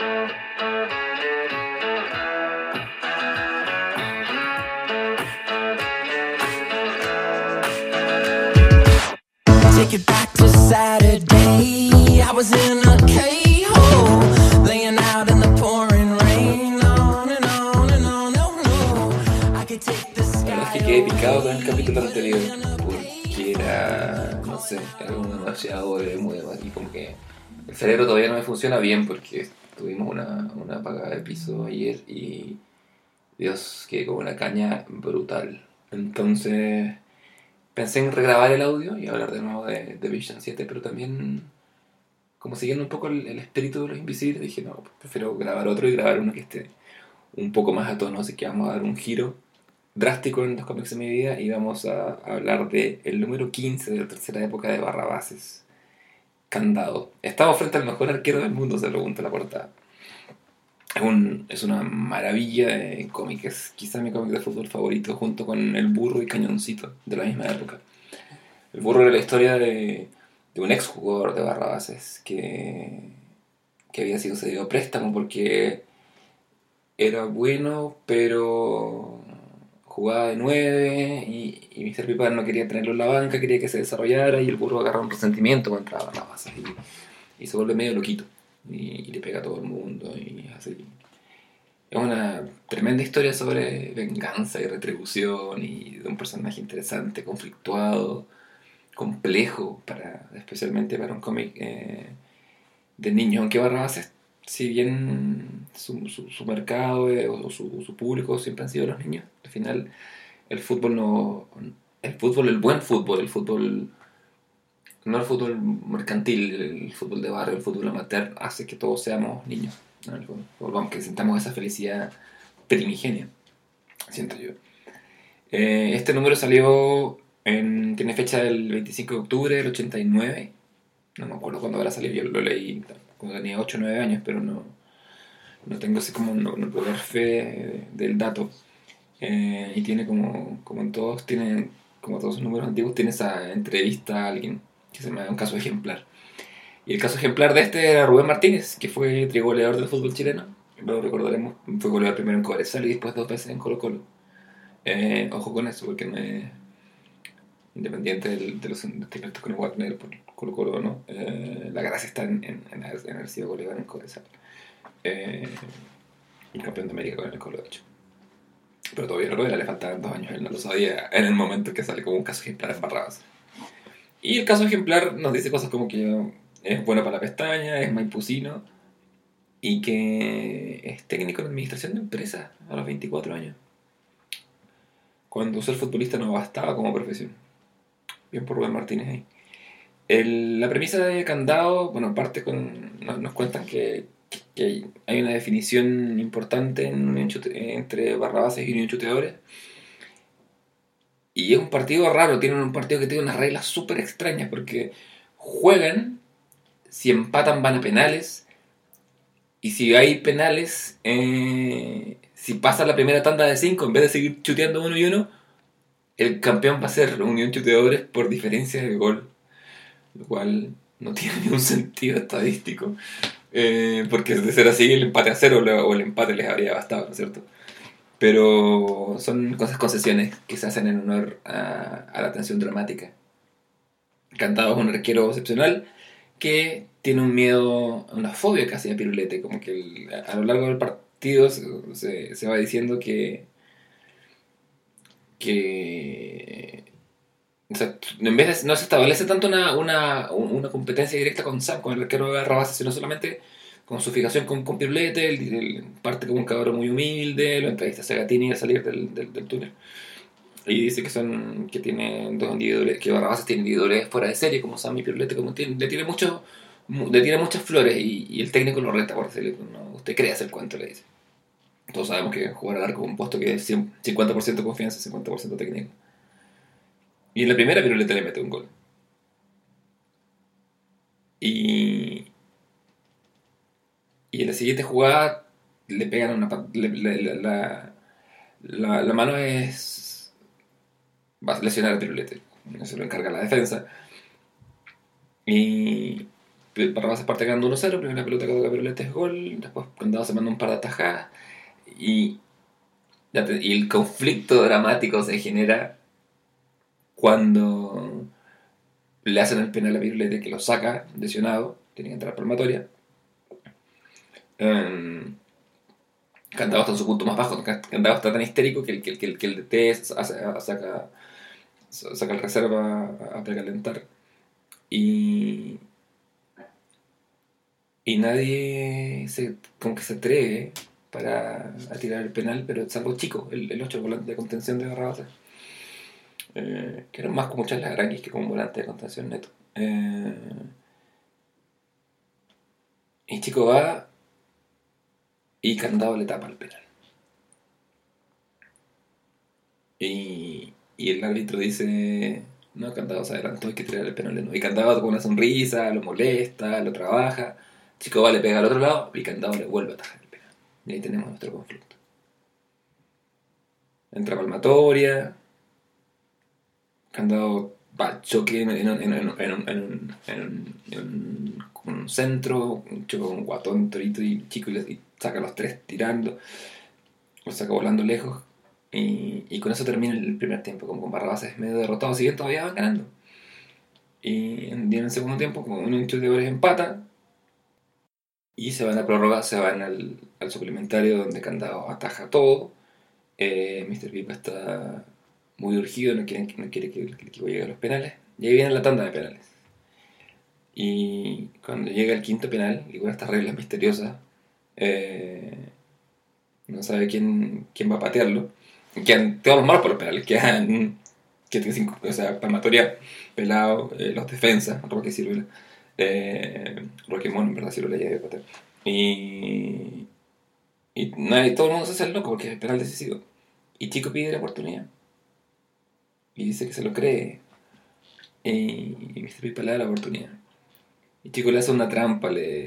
Take it back to Saturday. I was in a K-hole, laying out in the pouring rain. On and on and on, no, no. I could take the sky. La verdad es que quedé picado con el capítulo anterior porque era, no sé, era como demasiado nuevo y como que el cerebro todavía no me funciona bien porque tuvimos una apagada de piso ayer y Dios, quedé como una caña brutal. Entonces pensé en regrabar el audio y hablar de nuevo de Vision 7, pero también, como siguiendo un poco el espíritu de Los Invisibles, dije, no, prefiero grabar otro y grabar uno que esté un poco más a tono, así que vamos a dar un giro drástico en los cómics de mi vida y vamos a hablar de el número 15 de la tercera época de Barrabases, Candado. ¿Estamos frente al mejor arquero del mundo?, se pregunta la portada. Es una maravilla de cómic, es quizá mi cómic de fútbol favorito, junto con El Burro y Cañoncito, de la misma época. El Burro era la historia de un ex jugador de Barrabases que había sido cedido a préstamo porque era bueno, pero jugaba de 9 y Mr. Pipa no quería tenerlo en la banca, quería que se desarrollara, y el Burro agarra un resentimiento contra Barrabases y se vuelve medio loquito y le pega a todo el mundo y así. Es una tremenda historia sobre venganza y retribución y de un personaje interesante, conflictuado, complejo, especialmente para un cómic de niños. Aunque Barrabases, si bien su mercado o su público siempre han sido los niños, al final el fútbol no... el buen fútbol, el fútbol... No el fútbol mercantil, el fútbol de barrio, el fútbol amateur, hace que todos seamos niños, ¿no? Vamos, que sintamos esa felicidad primigenia, siento yo. Este número salió tiene fecha del 25 de octubre del 89. No me acuerdo cuándo habrá salido, yo lo leí cuando tenía 8 o 9 años, pero no tengo así como no puedo dar fe del dato. Y tiene como en todos, como todos los números antiguos, tiene esa entrevista a alguien que se llama Un Caso Ejemplar. Y el caso ejemplar de este era Rubén Martínez, que fue trigoleador del fútbol chileno. Lo recordaremos, fue goleador primero en Cobresal y después 2 veces en Colo-Colo. Ojo con eso, porque no es independiente de los sentimientos con el Wagner por Colo-Colo, ¿no? La gracia está en haber sido goleador en Cobresal. Y campeón de América con el Colo, de hecho. Pero todavía no lo era, le faltaban 2 años, él no lo sabía en el momento que sale como un caso ejemplar en Barrabás. Y el caso ejemplar nos dice cosas como que es bueno para la pestaña, es maipusino y que es técnico en administración de empresas a los 24 años. Cuando ser futbolista no bastaba como profesión. Bien por Rubén Martínez ahí. La premisa de Candado, bueno, parte nos cuentan que hay una definición importante entre Barrabases y Unión Chuteadores. Y es un partido raro, tienen un partido que tiene unas reglas súper extrañas, porque juegan, si empatan van a penales, y si hay penales, si pasa la primera tanda de 5, en vez de seguir chuteando 1 y 1, el campeón va a ser Unión Chuteadores por diferencia de gol, lo cual no tiene ningún sentido estadístico, porque de ser así el empate a 0 o el empate les habría bastado, ¿no es cierto? Pero son concesiones que se hacen en honor a la atención dramática. Candado es un arquero excepcional que tiene un miedo, una fobia casi a Pirulete, como que a lo largo del partido se va diciendo que o sea, en vez de, no se establece tanto una competencia directa con Sam, con el arquero de Barrabases, sino solamente con su fijación con Pirulete. Él parte como un cabrón muy humilde, lo entrevista a Segatini al salir del túnel y dice que tiene dos individuales, que Barrabases tiene individuales fuera de serie como Sam y Pirulete, como le tiene muchas flores, y el técnico lo reta por decirle, no, usted cree hacer el cuento, le dice. Todos sabemos que jugar al arco es un puesto que es 50% confianza, 50% técnico. Y en la primera Pirulete le mete un gol. Y en la siguiente jugada le pegan la mano va a lesionar a Pirulete. Eso lo encarga la defensa. Y Barrabás parte ganando 1-0, primera pelota que toca Pirulete es gol, después Candado se manda un par de atajadas y el conflicto dramático se genera cuando le hacen el penal a Pirulete, que lo saca lesionado, tiene que entrar palmatoria. Candado está en su punto más bajo, Candado está tan histérico que el DT saca el reserva a precalentar y nadie como que se atreve para a tirar el penal, pero salvo Chico, el 8 volante de contención de Barrabás, que era más como Charles Aranguis que como volante de contención neto. Y Chico va y Candado le tapa el penal. Y el árbitro dice, no, Candado se adelantó, hay que tirar el penal de nuevo. Y Candado con una sonrisa, lo molesta, lo trabaja. Chico va, le pega al otro lado y Candado le vuelve a atajar el penal. Y ahí tenemos nuestro conflicto. Entra palmatoria. Candado va al choque en un centro, choca con Guatón, Torito y Chico y saca a los tres tirando, lo saca volando lejos y con eso termina el primer tiempo, como con Barrabás es medio derrotado, si bien todavía van ganando. Y en el segundo tiempo, como un hincho de goles empata y se van a prórroga, se van al suplementario donde Candado ataja todo. Mr. Pipa está muy urgido, no quiere que el equipo llegue a los penales. Y ahí viene la tanda de penales. Y cuando llega el quinto penal, y con estas reglas misteriosas, no sabe quién va a patearlo. Quedan todos los malos por los penales. Quedan cinco, o sea, Palmatoria, Pelado, los defensas, Roque Ciruela, Roque Mon, en verdad, Ciruela ya debe patear. Y todo el mundo se hace el loco porque es el penal decisivo. Y Chico pide la oportunidad. Y dice que se lo cree. Y Mr. Pipa le da la oportunidad. Y Chico le hace una trampa,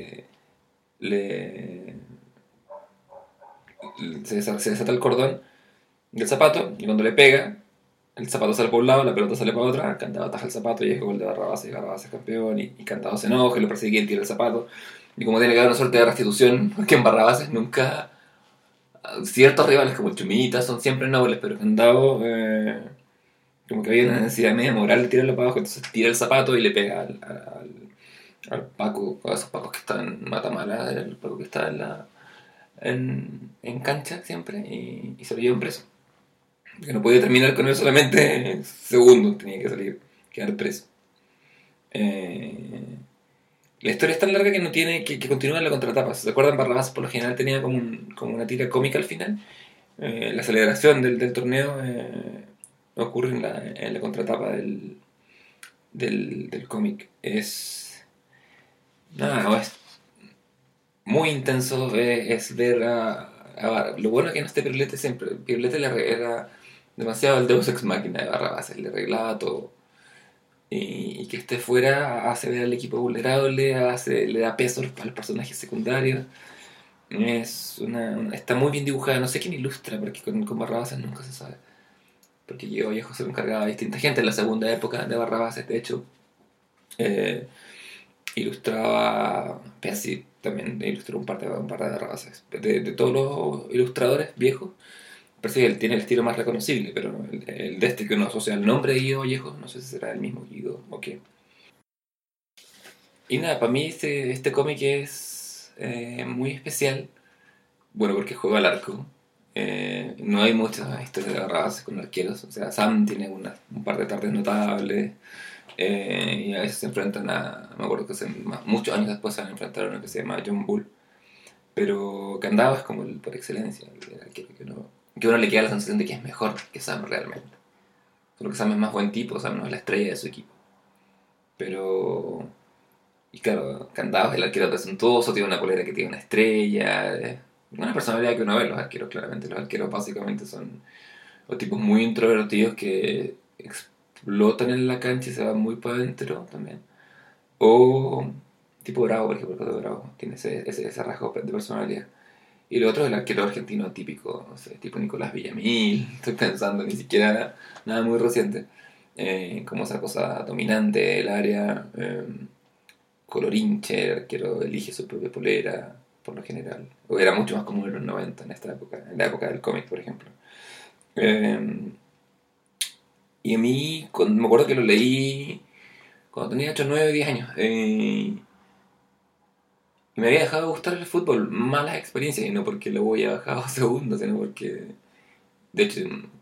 se desata el cordón del zapato y cuando le pega, el zapato sale por un lado, la pelota sale para otra, Candado ataja el zapato y es gol de Barrabás y Barrabás es campeón y Candado se enoja y lo persigue y tira el zapato. Y como tiene que dar una suerte de restitución, porque en Barrabás nunca... Ciertos rivales como el Chumita son siempre nobles, pero Candado... como que había una necesidad media moral de tirarlo para abajo, entonces tira el zapato y le pega al Paco, a esos Pacos que están en Matamala, el Paco que está en cancha siempre, y se lo llevan preso. Porque no podía terminar con él solamente segundo, tenía que salir, quedar preso. La historia es tan larga que no tiene que continúa en la contratapa. ¿Se acuerdan? Barrabás por lo general tenía como una tira cómica al final. La celebración del torneo ocurre en la contratapa del cómic. Es muy intenso, es ver lo bueno es que no esté Pirulete siempre. Pirulete era demasiado el Deus Ex Machina de Barrabás, le arreglaba todo. Y que esté fuera hace ver al equipo vulnerable, le da peso al personaje secundario. Está muy bien dibujada, no sé quién ilustra, porque con Barrabás nunca se sabe. Porque Diego Vallejo se lo encargaba a distinta gente en la segunda época de Barrabás, de hecho. Ilustraba Pesci, también ilustró un par de Barrabás. De todos los ilustradores viejos, parece que él tiene el estilo más reconocible, pero el de este que uno asocia al nombre de Guido Vallejo, no sé si será el mismo Guido o qué. Y nada, para mí este cómic es muy especial, bueno, porque juega al arco. No hay muchas historias de Barrabás con arqueros, o sea, Sam tiene un par de tardes notables. Y a veces se enfrentan me acuerdo que muchos años después se van a enfrentar a uno que se llama John Bull, pero Candado es como el por excelencia, el arquero que uno le queda la sensación de que es mejor que Sam realmente, solo que Sam es más buen tipo, Sam no es la estrella de su equipo, pero y claro, Candado es el arquero presuntuoso, tiene una polera que tiene una estrella, una personalidad que uno ve. Los arqueros claramente, los arqueros básicamente son los tipos muy introvertidos que explotan en la cancha y se van muy para adentro también. O tipo Bravo, por ejemplo, el de Bravo tiene ese rasgo de personalidad. Y lo otro es el arquero argentino típico, no sé, tipo Nicolás Villamil, estoy pensando, ni siquiera nada muy reciente. Como esa cosa dominante del área, colorinche, el arquero elige su propia polera, por lo general. O era mucho más común en los 90, en esta época, en la época del cómic, por ejemplo. Eh, y a mí, me acuerdo que lo leí cuando tenía 8 9 10 años. Y me había dejado de gustar el fútbol, malas experiencias, y no porque lo voy a bajado segundo, sino porque, de hecho,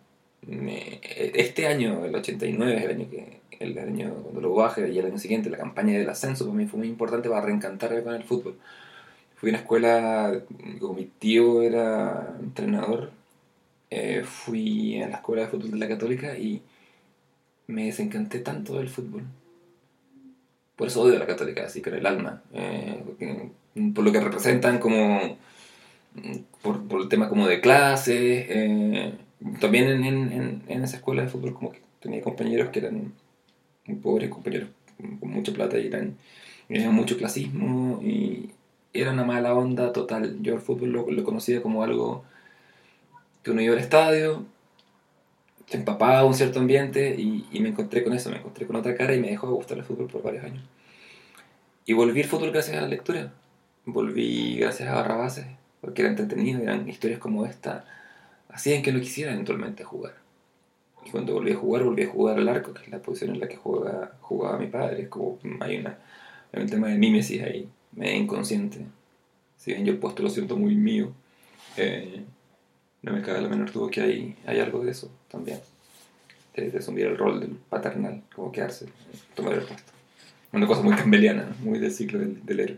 este año, el 89, el año cuando lo bajé, y el año siguiente, la campaña del ascenso, para mí fue muy importante para reencantarme con el fútbol. Fui a una escuela, como mi tío era entrenador, fui a la escuela de fútbol de la Católica y me desencanté tanto del fútbol. Por eso odio a la Católica, así con el alma. Por lo que representan como... por el tema como de clases. También en esa escuela de fútbol como que tenía compañeros que eran muy pobres, compañeros con mucha plata y tenían mucho clasismo y era una mala onda total. Yo el fútbol lo conocía como algo que uno iba al estadio, se empapaba a un cierto ambiente y me encontré con eso, me encontré con otra cara y me dejó de gustar el fútbol por varios años. Y volví al fútbol gracias a la lectura. Volví gracias a Barrabases, porque era entretenido, eran historias como esta, hacían que no quisiera eventualmente jugar. Y cuando volví a jugar al arco, que es la posición en la que jugaba mi padre. Es como hay un tema de mímesis ahí, medio inconsciente. Si bien yo el puesto lo siento muy mío, eh, no me cabe la menor duda que hay algo de eso también. De asumir el rol del paternal, como quedarse, tomar el puesto. Una cosa muy campbelliana, ¿no? Muy del ciclo del héroe.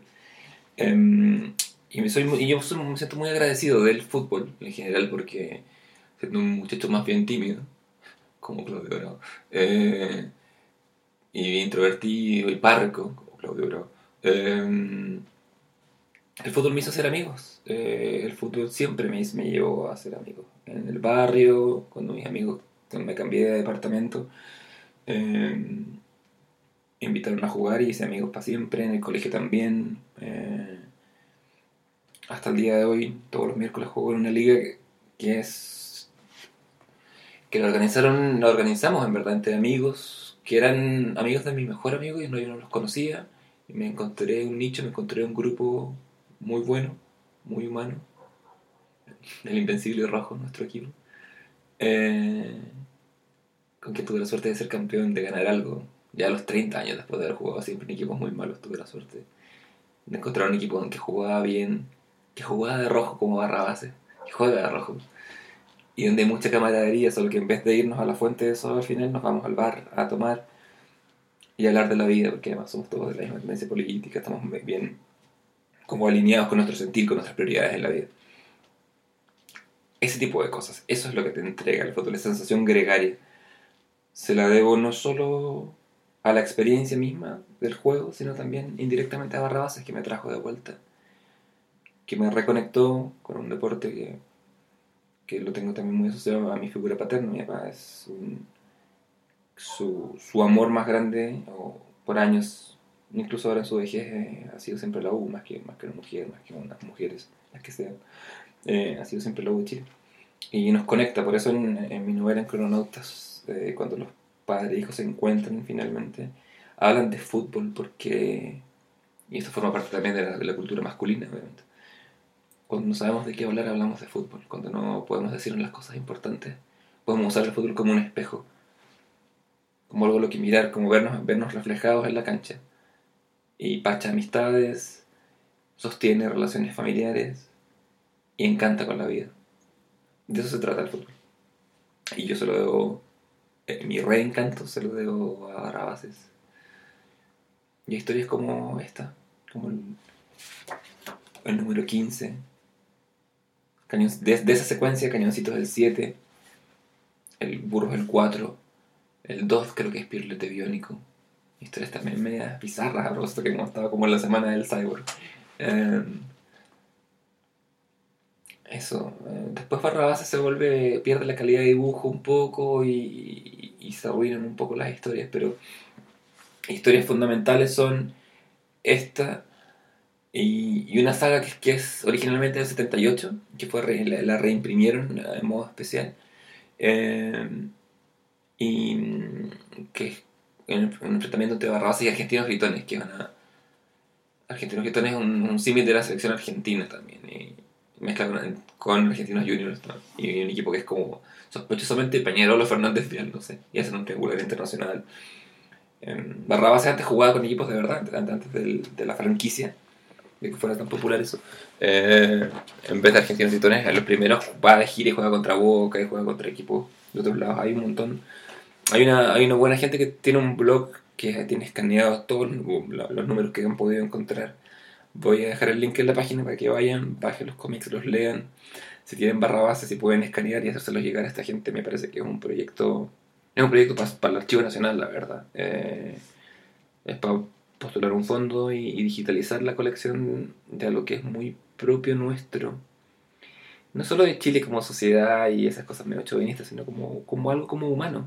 Me siento muy agradecido del fútbol en general porque siendo un muchacho más bien tímido, como Claudio Bravo, y introvertido y parco, como Claudio Bravo, el fútbol me hizo hacer amigos. El fútbol siempre me llevó a hacer amigos. En el barrio, cuando me cambié de departamento, me invitaron a jugar y hice amigos para siempre. En el colegio también. Hasta el día de hoy, todos los miércoles juego en una liga que es que la organizamos en verdad entre amigos que eran amigos de mi mejor amigo y yo no los conocía. Y me encontré un nicho, me encontré un grupo muy bueno, muy humano, el Invencible Rojo, nuestro equipo, eh, con que tuve la suerte de ser campeón, de ganar algo. Ya a los 30 años, después de haber jugado siempre en equipos muy malos, tuve la suerte de encontrar un equipo en que jugaba bien, que jugaba de rojo como Barrabases, que juega de rojo, y donde hay mucha camaradería, solo que en vez de irnos a la fuente de soda al final nos vamos al bar a tomar y hablar de la vida, porque además somos todos de la misma tendencia política, estamos bien como alineados con nuestro sentir, con nuestras prioridades en la vida. Ese tipo de cosas, eso es lo que te entrega el fútbol, la sensación gregaria. Se la debo no solo a la experiencia misma del juego, sino también indirectamente a Barrabases, que me trajo de vuelta, que me reconectó con un deporte que lo tengo también muy asociado a mi figura paterna. Mi papá es su amor más grande, o por años, incluso ahora en su vejez, ha sido siempre la U, más que una mujer, más que unas mujeres, las que sean. Ha sido siempre la U de Chile. Y nos conecta, por eso en mi novela en Crononautas, cuando los padres e hijos se encuentran finalmente, hablan de fútbol porque, y esto forma parte también de la cultura masculina, obviamente. Cuando no sabemos de qué hablar, hablamos de fútbol. Cuando no podemos decirnos las cosas importantes, podemos usar el fútbol como un espejo, como algo a lo que mirar, como vernos reflejados en la cancha. Y pacha amistades, sostiene relaciones familiares y encanta con la vida. De eso se trata el fútbol. Y yo se lo debo, mi reencanto se lo debo a Barrabases. Y historias como esta, como el número 15, de esa secuencia, Cañoncitos del 7, el Burros del 4, el 2 creo que es Pirlete Biónico. Historias también medias bizarras, a propósito que como estaba como en la semana del cyborg. Eso. Después Barrabases pierde la calidad de dibujo un poco y se arruinan un poco las historias, pero historias fundamentales son esta y una saga que es originalmente del 78, que la reimprimieron en modo especial, y que es un enfrentamiento entre Barrabases y Argentinos Gritones, que es Argentinos Getones es un símil de la selección argentina también. Y mezcla con Argentinos Juniors, ¿no? Y un equipo que es como sospechosamente Peñarol o Fernández Vial, no sé. Y hacen un triangular internacional. Barrabás antes jugaba con equipos de verdad, antes de la franquicia, de que fuera tan popular eso. En vez de Argentinos Titones, en los primeros va de gira y juega contra Boca y juega contra equipos de otros lados. Hay un montón. Hay una buena gente que tiene un blog que tiene escaneados todos los números que han podido encontrar. Voy a dejar el link en la página para que vayan, bajen los cómics, los lean. Si tienen barrabases, si pueden escanear y hacérselos llegar a esta gente, me parece que es un proyecto para el Archivo Nacional, la verdad. Es para postular un fondo y digitalizar la colección de algo que es muy propio nuestro. No solo de Chile como sociedad y esas cosas medio chauvinistas, sino como algo como humano.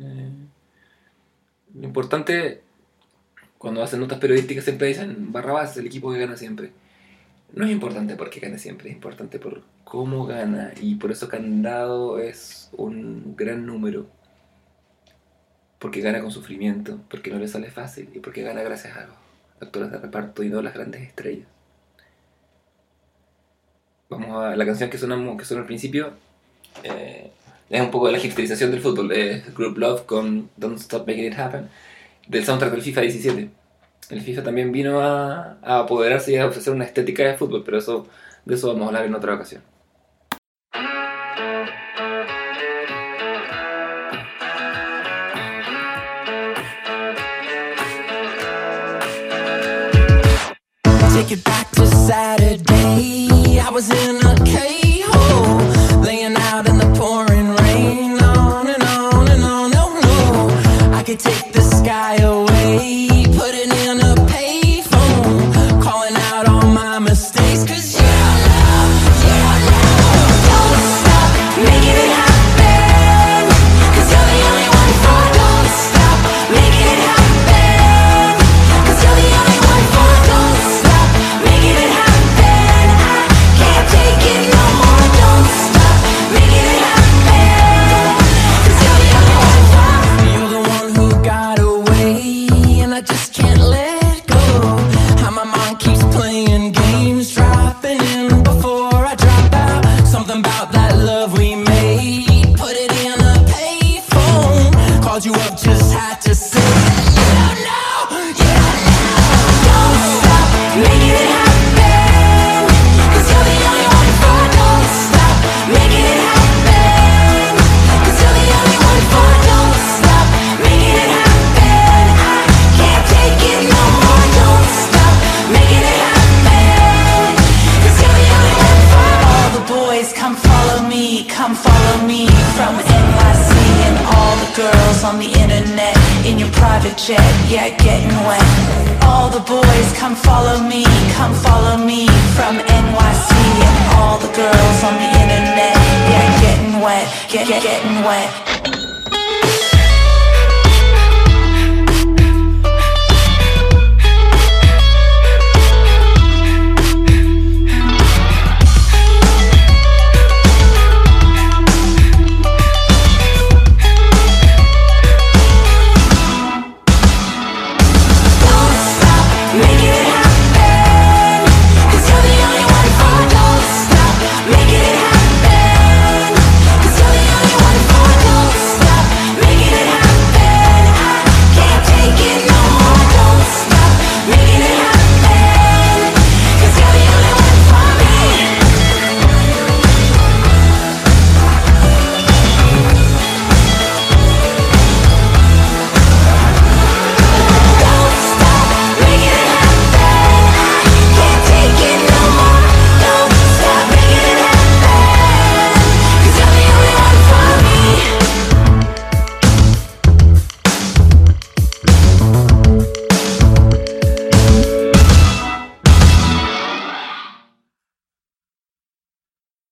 Lo importante, cuando hacen notas periodísticas siempre dicen Barrabás es el equipo que gana siempre. No es importante porque gane siempre, es importante por cómo gana. Y por eso Candado es un gran número. Porque gana con sufrimiento, porque no le sale fácil y porque gana gracias a los actores de reparto y no a las grandes estrellas. Vamos a la canción que sonó al principio. Es un poco de la hipsterización del fútbol. Es Group Love con Don't Stop Making It Happen, del soundtrack del FIFA 17. El FIFA también vino a apoderarse y a ofrecer una estética de fútbol, pero de eso vamos a hablar en otra ocasión. Take it back to Saturday. I was in a K-hole, laying out in the pouring rain. On and on and on, no, no. I could take the sky away, put it in a payphone, calling out all my mistakes. 'Cause you know, don't stop making it happen. 'Cause you're the only one for. Don't stop making it happen. 'Cause you're the only one for. Don't stop making it happen. I can't take it no more. Don't stop making it happen. 'Cause you're the only one for. You're the one who got away, and I just can't let go. How my mind keeps playing games, dropping in before I drop out. Something about that love we made, put it in a payphone, called you up, just had to say don't stop making it happen. 'Cause you're the only one for. Don't stop making it happen. 'Cause you're the only one for. Don't stop making it happen. I can't take it no more. Don't stop making it happen. 'Cause you're the only one for. All the boys come follow me from NYC, and all the girls on the internet in your private jet, yeah, getting wet. All the boys come follow me from NYC, and all the girls on the internet, yeah, getting wet, getting wet.